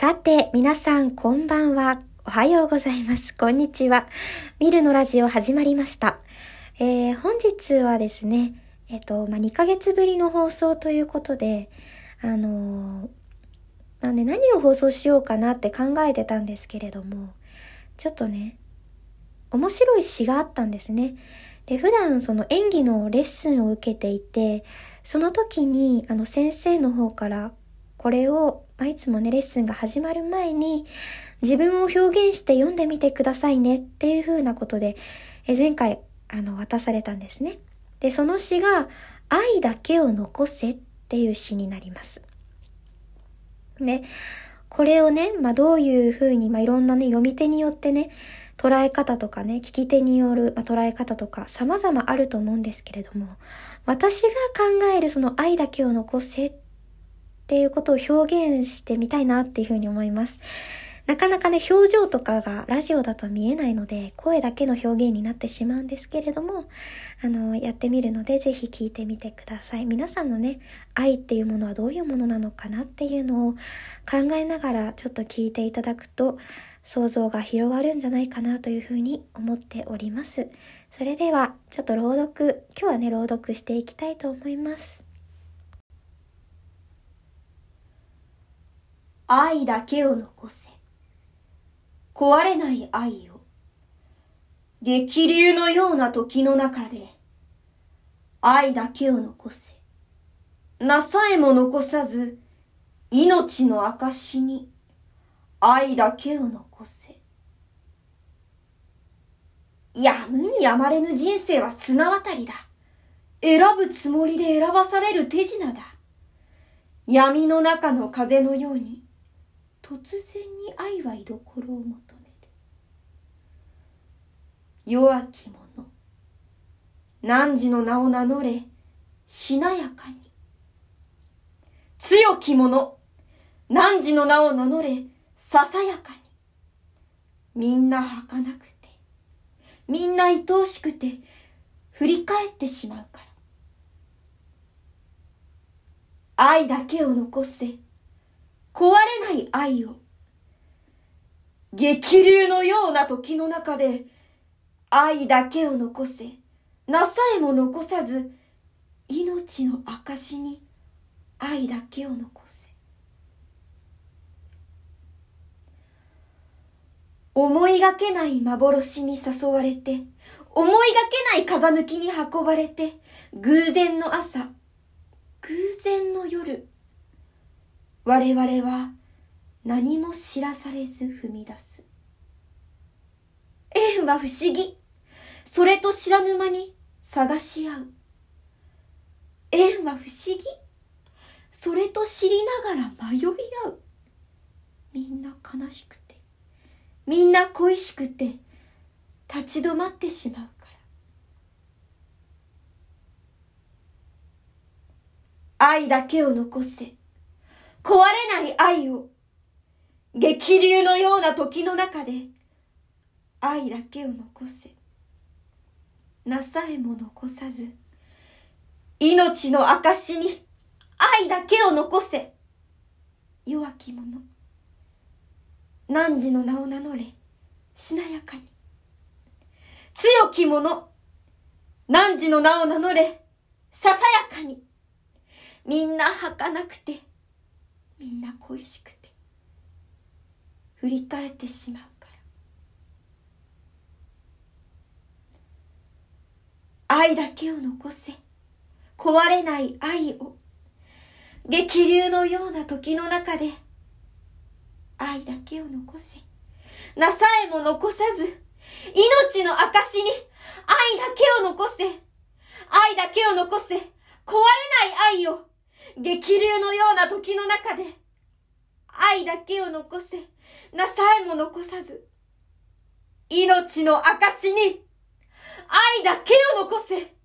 さて、皆さんこんばんは。おはようございます。こんにちは。ミルのラジオ始まりました。本日はですね、2ヶ月ぶりの放送ということで、何を放送しようかなって考えてたんですけれども、ちょっとね、面白い詩があったんですね。で、普段その演技のレッスンを受けていて、その時に先生の方からこれを、いつもね、レッスンが始まる前に自分を表現して読んでみてくださいねっていう風なことで、前回渡されたんですね。で、その詩が愛だけを残せっていう詩になります。で、これをね、どういう風に、いろんなね、読み手によってね、捉え方とかね、聞き手による、捉え方とか様々あると思うんですけれども、私が考えるその愛だけを残せっていうことを表現してみたいなっていうふうに思います。なかなかね、表情とかがラジオだと見えないので、声だけの表現になってしまうんですけれども、やってみるので、ぜひ聞いてみてください。皆さんのね、愛っていうものはどういうものなのかなっていうのを考えながらちょっと聞いていただくと、想像が広がるんじゃないかなというふうに思っております。それでは、ちょっと今日はね、朗読していきたいと思います。 愛だけを残せ。壊れない愛を。激流のような時の中で、愛だけを残せ。なさえも残さず、命の証に、愛だけを残せ。やむにやまれぬ人生は綱渡りだ。選ぶつもりで選ばされる手品だ。闇の中の風のように、突然に愛は居所を求める。弱き者、汝の名を名乗れ、しなやかに。強き者、汝の名を名乗れ、ささやかに。みんな儚くて、みんな愛おしくて、振り返ってしまうから。愛だけを残せ、壊れない愛を。激流のような時の中で、愛だけを残せ、なさえも残さず、命の証に愛だけを残せ。思いがけない幻に誘われて、思いがけない風向きに運ばれて、偶然の朝、偶然の夜、我々は何も知らされず踏み出す。縁は不思議。それと知らぬ間に探し合う。縁は不思議。それと知りながら迷い合う。みんな悲しくて、みんな恋しくて、立ち止まってしまうから。愛だけを残せ。壊れない愛を。激流のような時の中で、愛だけを残せ。なさえも残さず、命の証に愛だけを残せ。弱き者、汝の名を名乗れ、しなやかに。強き者、汝の名を名乗れ、ささやかに。みんな儚くて、みんな恋しくて、振り返ってしまうから。愛だけを残せ。壊れない愛を。激流のような時の中で、愛だけを残せ。なさえも残さず、命の証に愛だけを残せ。愛だけを残せ。壊れない愛を。激流のような時の中で、愛だけを残せ。なさえも残さず、命の証に愛だけを残せ。